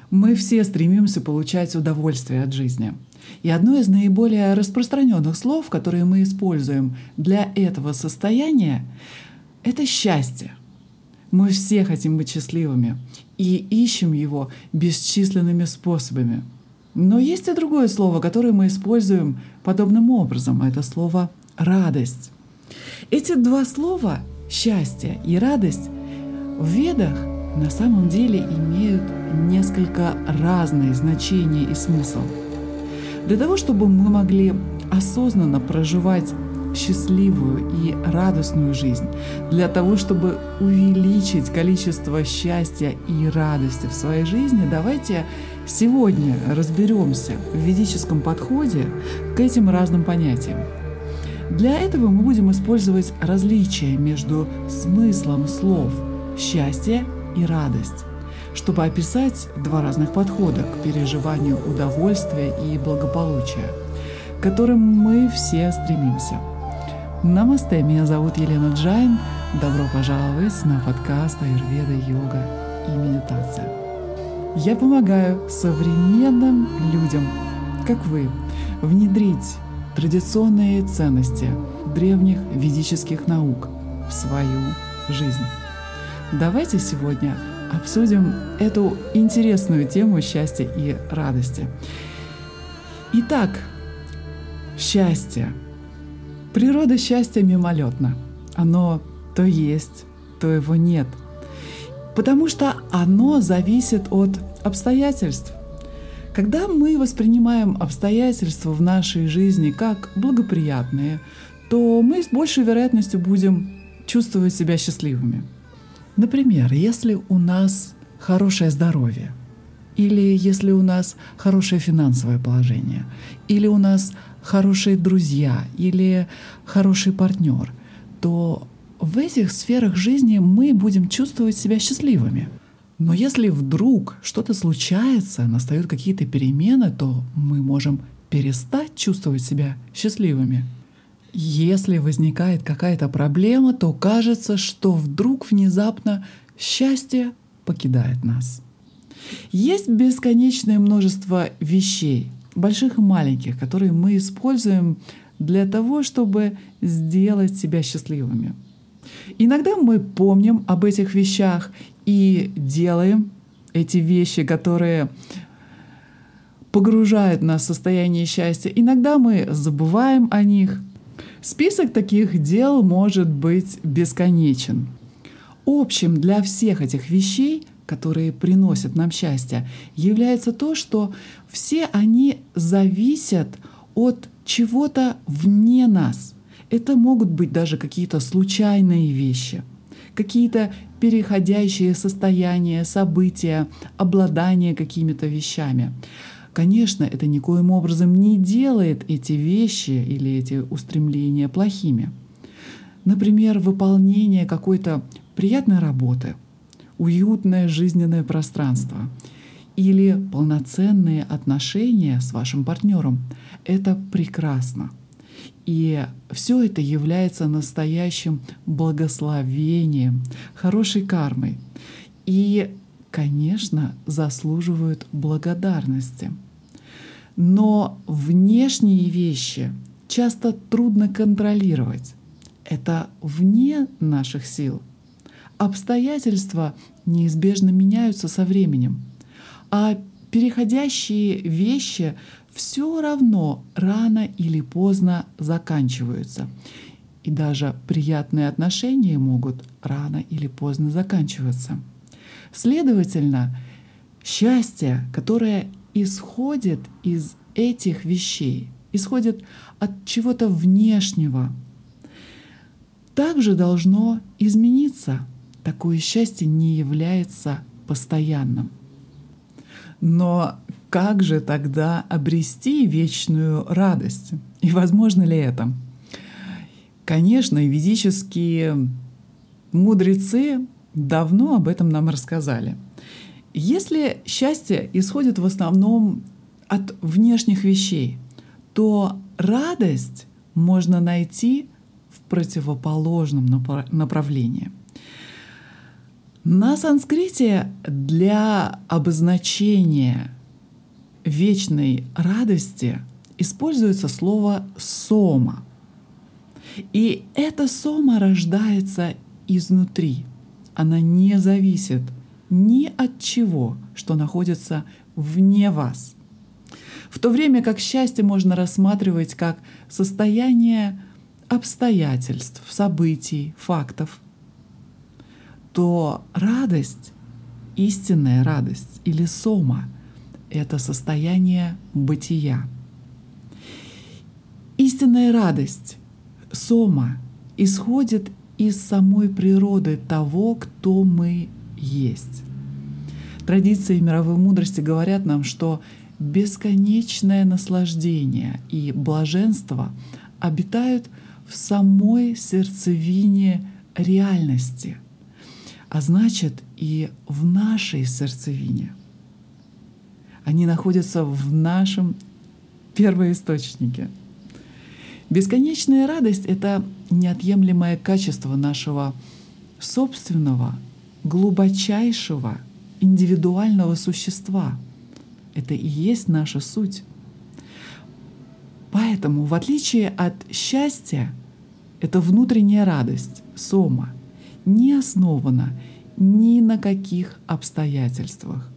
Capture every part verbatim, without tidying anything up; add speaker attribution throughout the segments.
Speaker 1: Мы все стремимся получать удовольствие от жизни. И одно из наиболее распространенных слов, которые мы используем для этого состояния, это счастье. Мы все хотим быть счастливыми и ищем его бесчисленными способами. Но есть и другое слово, которое мы используем подобным образом. Это слово «радость». Эти два слова «счастье» и «радость» в Ведах на самом деле имеют несколько разные значения и смысл. Для того, чтобы мы могли осознанно проживать счастливую и радостную жизнь, для того, чтобы увеличить количество счастья и радости в своей жизни, давайте сегодня разберемся в ведическом подходе к этим разным понятиям. Для этого мы будем использовать различия между смыслом слов «счастье» и «радость», чтобы описать два разных подхода к переживанию удовольствия и благополучия, к которым мы все стремимся. Намасте, меня зовут Елена Джайн. Добро пожаловать на подкаст «Аюрведа, йога и медитация». Я помогаю современным людям, как вы, внедрить традиционные ценности древних ведических наук в свою жизнь. Давайте сегодня обсудим эту интересную тему счастья и радости. Итак, счастье. Природа счастья мимолетна. Оно то есть, то его нет. Потому что оно зависит от обстоятельств. Когда мы воспринимаем обстоятельства в нашей жизни как благоприятные, то мы с большей вероятностью будем чувствовать себя счастливыми. Например, если у нас хорошее здоровье, или если у нас хорошее финансовое положение, или у нас хорошие друзья, или хороший партнер, то в этих сферах жизни мы будем чувствовать себя счастливыми. Но если вдруг что-то случается, настают какие-то перемены, то мы можем перестать чувствовать себя счастливыми. Если возникает какая-то проблема, то кажется, что вдруг внезапно счастье покидает нас. Есть бесконечное множество вещей, больших и маленьких, которые мы используем для того, чтобы сделать себя счастливыми. Иногда мы помним об этих вещах и делаем эти вещи, которые погружают нас в состояние счастья. Иногда мы забываем о них. Список таких дел может быть бесконечен. Общим для всех этих вещей, которые приносят нам счастье, является то, что все они зависят от чего-то вне нас. Это могут быть даже какие-то случайные вещи, какие-то переходящие состояния, события, обладание какими-то вещами. Конечно, это никоим образом не делает эти вещи или эти устремления плохими. Например, выполнение какой-то приятной работы, уютное жизненное пространство или полноценные отношения с вашим партнером — это прекрасно. И все это является настоящим благословением, хорошей кармой. И, конечно, заслуживают благодарности. Но внешние вещи часто трудно контролировать. Это вне наших сил. Обстоятельства неизбежно меняются со временем, а переходящие вещи все равно рано или поздно заканчиваются. И даже приятные отношения могут рано или поздно заканчиваться. Следовательно, счастье, которое исходит из этих вещей, исходит от чего-то внешнего, также должно измениться. Такое счастье не является постоянным. Но как же тогда обрести вечную радость? И возможно ли это? Конечно, ведические мудрецы давно об этом нам рассказали. Если счастье исходит в основном от внешних вещей, то радость можно найти в противоположном направлении. На санскрите для обозначения вечной радости используется слово «сома». И эта сома рождается изнутри. Она не зависит ни от чего, что находится вне вас. В то время как счастье можно рассматривать как состояние обстоятельств, событий, фактов, то радость, истинная радость или сома — это состояние бытия. Истинная радость, сома, исходит из самой природы того, кто мы есть. Традиции мировой мудрости говорят нам, что бесконечное наслаждение и блаженство обитают в самой сердцевине реальности, а значит и в нашей сердцевине. Они находятся в нашем первоисточнике. Бесконечная радость — это неотъемлемое качество нашего собственного, глубочайшего, индивидуального существа. Это и есть наша суть. Поэтому, в отличие от счастья, эта внутренняя радость, сома, не основана ни на каких обстоятельствах.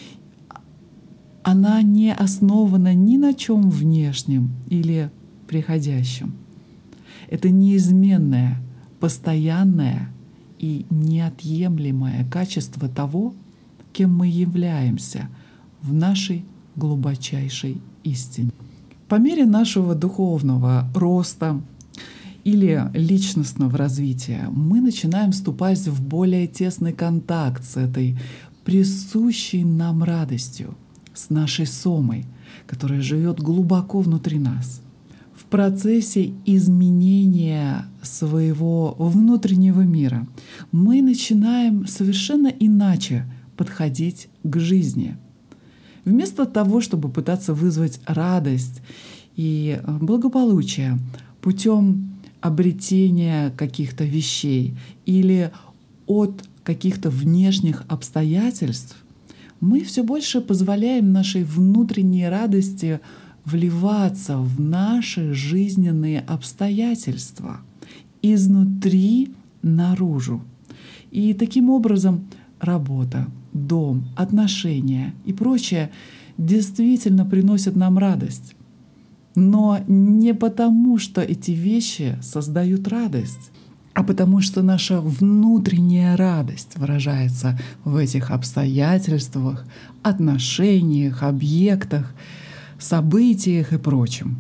Speaker 1: Она не основана ни на чем внешнем или приходящем. Это неизменное, постоянное и неотъемлемое качество того, кем мы являемся в нашей глубочайшей истине. По мере нашего духовного роста или личностного развития мы начинаем вступать в более тесный контакт с этой присущей нам радостью, с нашей сомой, которая живет глубоко внутри нас. В процессе изменения своего внутреннего мира мы начинаем совершенно иначе подходить к жизни. Вместо того, чтобы пытаться вызвать радость и благополучие путем обретения каких-то вещей или от каких-то внешних обстоятельств, мы все больше позволяем нашей внутренней радости вливаться в наши жизненные обстоятельства изнутри наружу. И таким образом работа, дом, отношения и прочее действительно приносят нам радость. Но не потому, что эти вещи создают радость, а потому что наша внутренняя радость выражается в этих обстоятельствах, отношениях, объектах, событиях и прочем.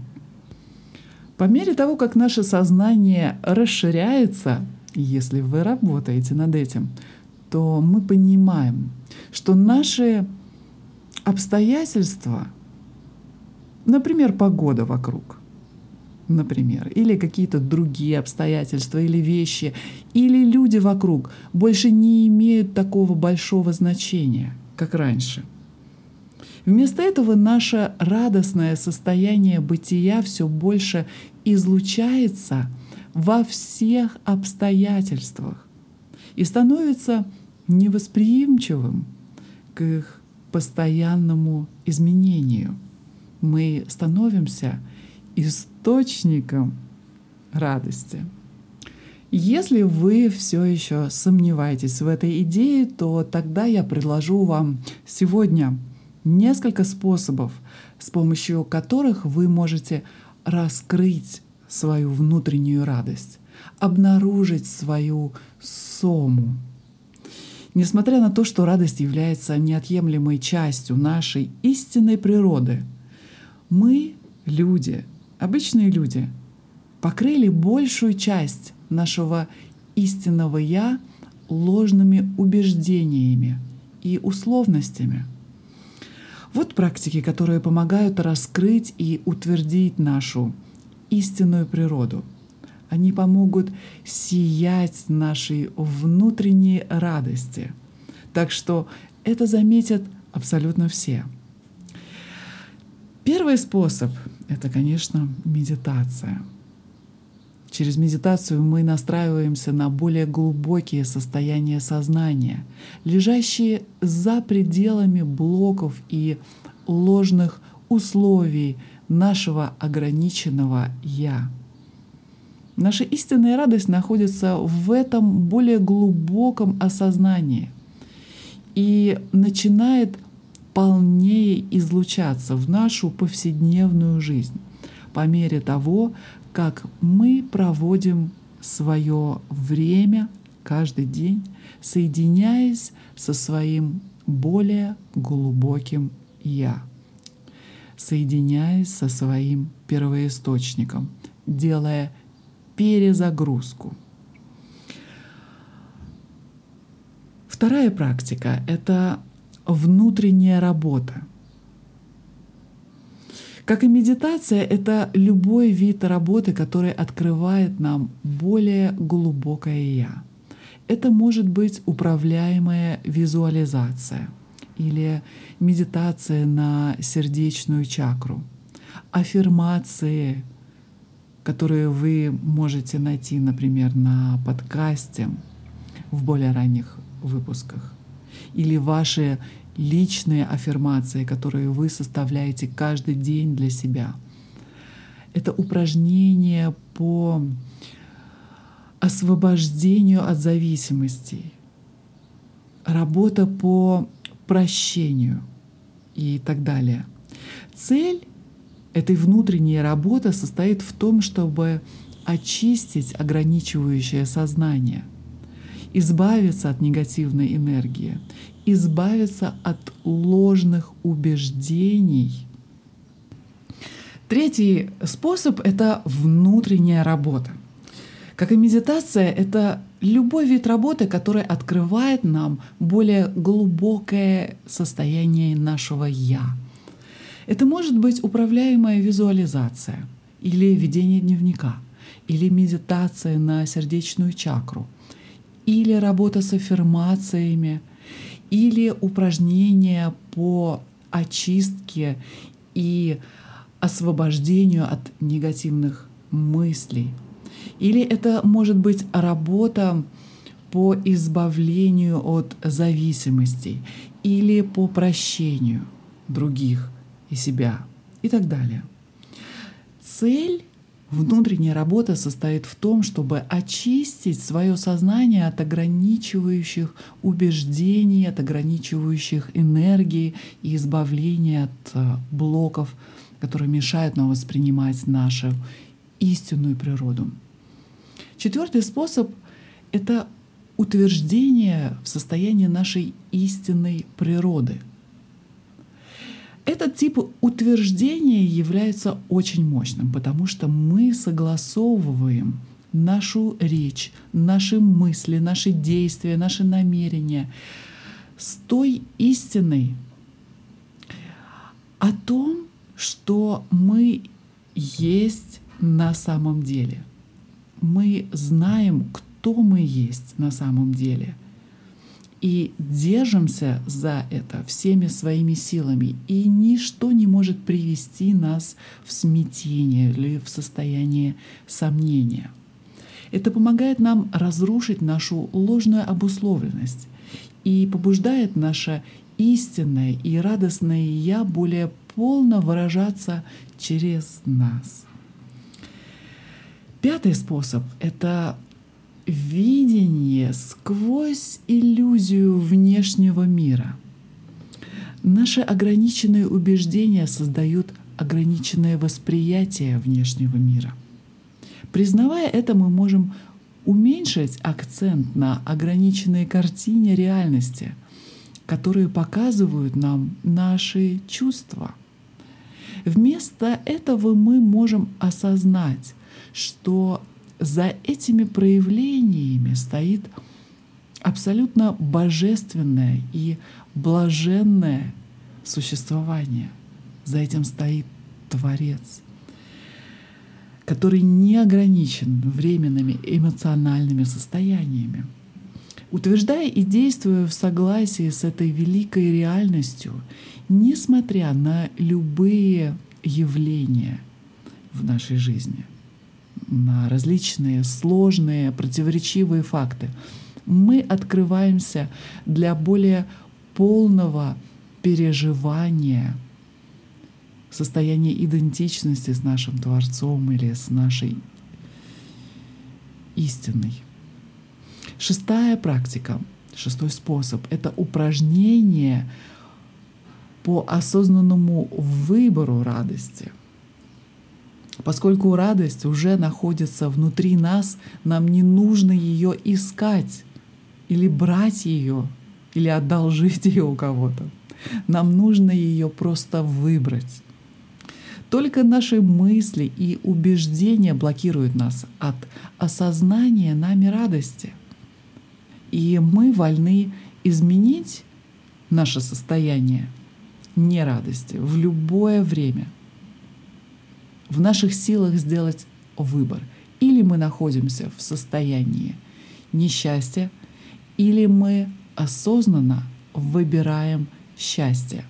Speaker 1: По мере того, как наше сознание расширяется, если вы работаете над этим, то мы понимаем, что наши обстоятельства, например, погода вокруг, например, или какие-то другие обстоятельства, или вещи, или люди вокруг больше не имеют такого большого значения, как раньше. Вместо этого наше радостное состояние бытия все больше излучается во всех обстоятельствах и становится невосприимчивым к их постоянному изменению. Мы становимся источником радости. Если вы все еще сомневаетесь в этой идее, то тогда я предложу вам сегодня несколько способов, с помощью которых вы можете раскрыть свою внутреннюю радость, обнаружить свою сому. Несмотря на то, что радость является неотъемлемой частью нашей истинной природы, мы, люди, обычные люди, покрыли большую часть нашего истинного «я» ложными убеждениями и условностями. Вот практики, которые помогают раскрыть и утвердить нашу истинную природу. Они помогут сиять нашей внутренней радости. Так что это заметят абсолютно все. Первый способ — это, конечно, медитация. Через медитацию мы настраиваемся на более глубокие состояния сознания, лежащие за пределами блоков и ложных условий нашего ограниченного «я». Наша истинная радость находится в этом более глубоком осознании и начинает полнее излучаться в нашу повседневную жизнь по мере того, как мы проводим свое время каждый день, соединяясь со своим более глубоким «я», соединяясь со своим первоисточником, делая перезагрузку. Вторая практика — это внутренняя работа. Как и медитация, это любой вид работы, который открывает нам более глубокое «я». Это может быть управляемая визуализация или медитация на сердечную чакру, аффирмации, которые вы можете найти, например, на подкасте в более ранних выпусках, или ваши личные аффирмации, которые вы составляете каждый день для себя. Это упражнения по освобождению от зависимостей, работа по прощению и так далее. Цель этой внутренней работы состоит в том, чтобы очистить ограничивающее сознание, избавиться от негативной энергии, избавиться от ложных убеждений. Третий способ — это внутренняя работа. Как и медитация, это любой вид работы, который открывает нам более глубокое состояние нашего «я». Это может быть управляемая визуализация, или ведение дневника, или медитация на сердечную чакру, или работа с аффирмациями, или упражнения по очистке и освобождению от негативных мыслей. Или это может быть работа по избавлению от зависимостей, или по прощению других и себя, и так далее. Цель внутренней работы состоит в том, чтобы очистить свое сознание от ограничивающих убеждений, от ограничивающих энергий и избавления от блоков, которые мешают нам воспринимать нашу истинную природу. Четвертый способ — это утверждение в состоянии нашей истинной природы. Этот тип утверждения является очень мощным, потому что мы согласовываем нашу речь, наши мысли, наши действия, наши намерения с той истиной о том, что мы есть на самом деле. Мы знаем, кто мы есть на самом деле. И держимся за это всеми своими силами. И ничто не может привести нас в смятение или в состояние сомнения. Это помогает нам разрушить нашу ложную обусловленность и побуждает наше истинное и радостное «я» более полно выражаться через нас. Пятый способ — это видение сквозь иллюзию внешнего мира. Наши ограниченные убеждения создают ограниченное восприятие внешнего мира. Признавая это, мы можем уменьшить акцент на ограниченной картине реальности, которые показывают нам наши чувства. Вместо этого мы можем осознать, что за этими проявлениями стоит абсолютно божественное и блаженное существование. За этим стоит Творец, который не ограничен временными эмоциональными состояниями. Утверждая и действуя в согласии с этой великой реальностью, несмотря на любые явления в нашей жизни, на различные сложные, противоречивые факты, мы открываемся для более полного переживания состояния идентичности с нашим Творцом или с нашей истиной. Шестая практика, шестой способ — это упражнение по осознанному выбору радости. Поскольку радость уже находится внутри нас, нам не нужно ее искать или брать ее, или одолжить ее у кого-то. Нам нужно ее просто выбрать. Только наши мысли и убеждения блокируют нас от осознания нами радости. И мы вольны изменить наше состояние нерадости в любое время. В наших силах сделать выбор. Или мы находимся в состоянии несчастья, или мы осознанно выбираем счастье.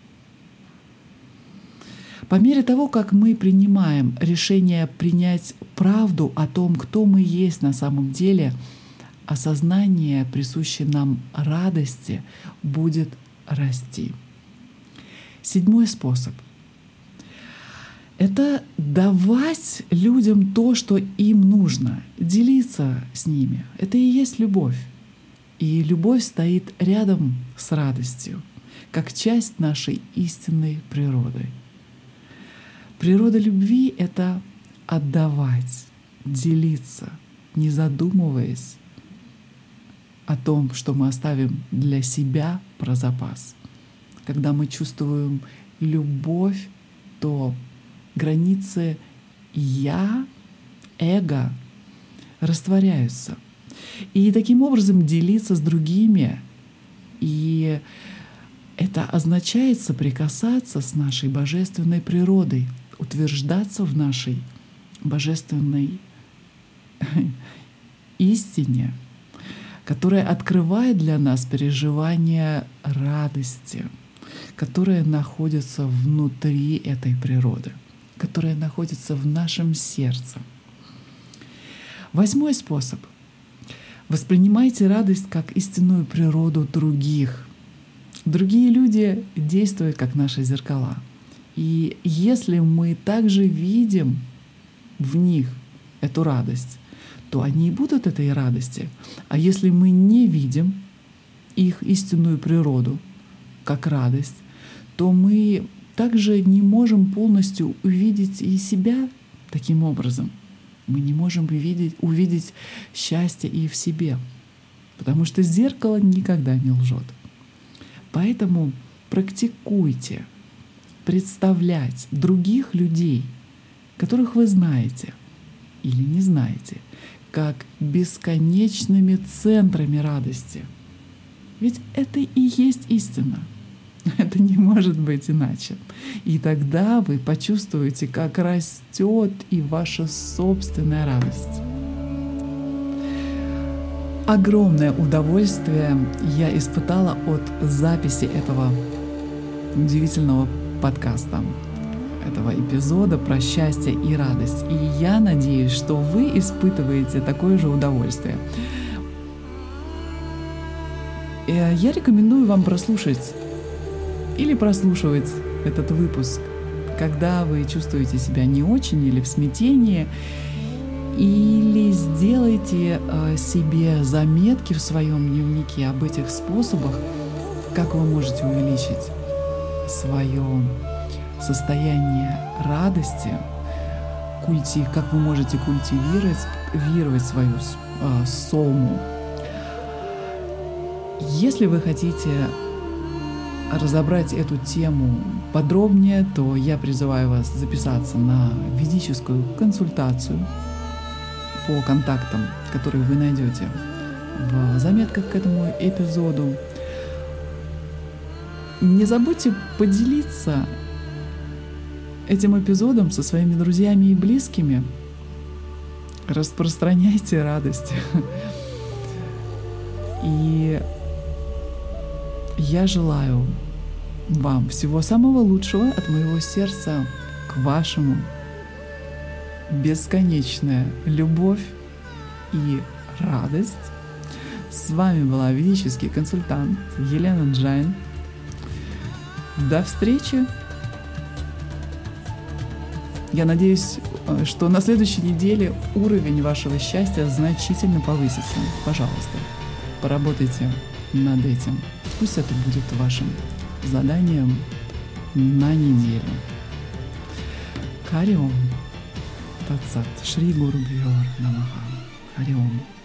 Speaker 1: По мере того, как мы принимаем решение принять правду о том, кто мы есть на самом деле, осознание, присущее нам радости, будет расти. Седьмой способ — это давать людям то, что им нужно, делиться с ними. Это и есть любовь. И любовь стоит рядом с радостью, как часть нашей истинной природы. Природа любви — это отдавать, делиться, не задумываясь о том, что мы оставим для себя про запас. Когда мы чувствуем любовь, то границы «я», эго растворяются. И таким образом делиться с другими, и это означает соприкасаться с нашей божественной природой, утверждаться в нашей божественной истине, которая открывает для нас переживание радости, которая находится внутри этой природы, которая находится в нашем сердце. Восьмой способ. Воспринимайте радость как истинную природу других. Другие люди действуют как наши зеркала. И если мы также видим в них эту радость, то они и будут этой радости. А если мы не видим их истинную природу как радость, то мы также не можем полностью увидеть и себя таким образом. Мы не можем увидеть, увидеть счастье и в себе, потому что зеркало никогда не лжет. Поэтому практикуйте представлять других людей, которых вы знаете или не знаете, как бесконечными центрами радости. Ведь это и есть истина. Это не может быть иначе. И тогда вы почувствуете, как растет и ваша собственная радость. Огромное удовольствие я испытала от записи этого удивительного подкаста, этого эпизода про счастье и радость. И я надеюсь, что вы испытываете такое же удовольствие. Я рекомендую вам прослушать или прослушивать этот выпуск, когда вы чувствуете себя не очень или в смятении, или сделайте себе заметки в своем дневнике об этих способах, как вы можете увеличить свое состояние радости, культи, как вы можете культивировать вировать свою э, сому. Если вы хотите разобрать эту тему подробнее, то я призываю вас записаться на ведическую консультацию по контактам, которые вы найдете в заметках к этому эпизоду. Не забудьте поделиться этим эпизодом со своими друзьями и близкими. Распространяйте радость. И я желаю вам всего самого лучшего от моего сердца к вашему бесконечная любовь и радость. С вами была ведический консультант Елена Джайн. До встречи! Я надеюсь, что на следующей неделе уровень вашего счастья значительно повысится. Пожалуйста, поработайте над этим. Пусть это будет вашим заданием на неделю. Хари Ом. Тат Сат. Шри Гуру Бхё Намаха. Хари Ом.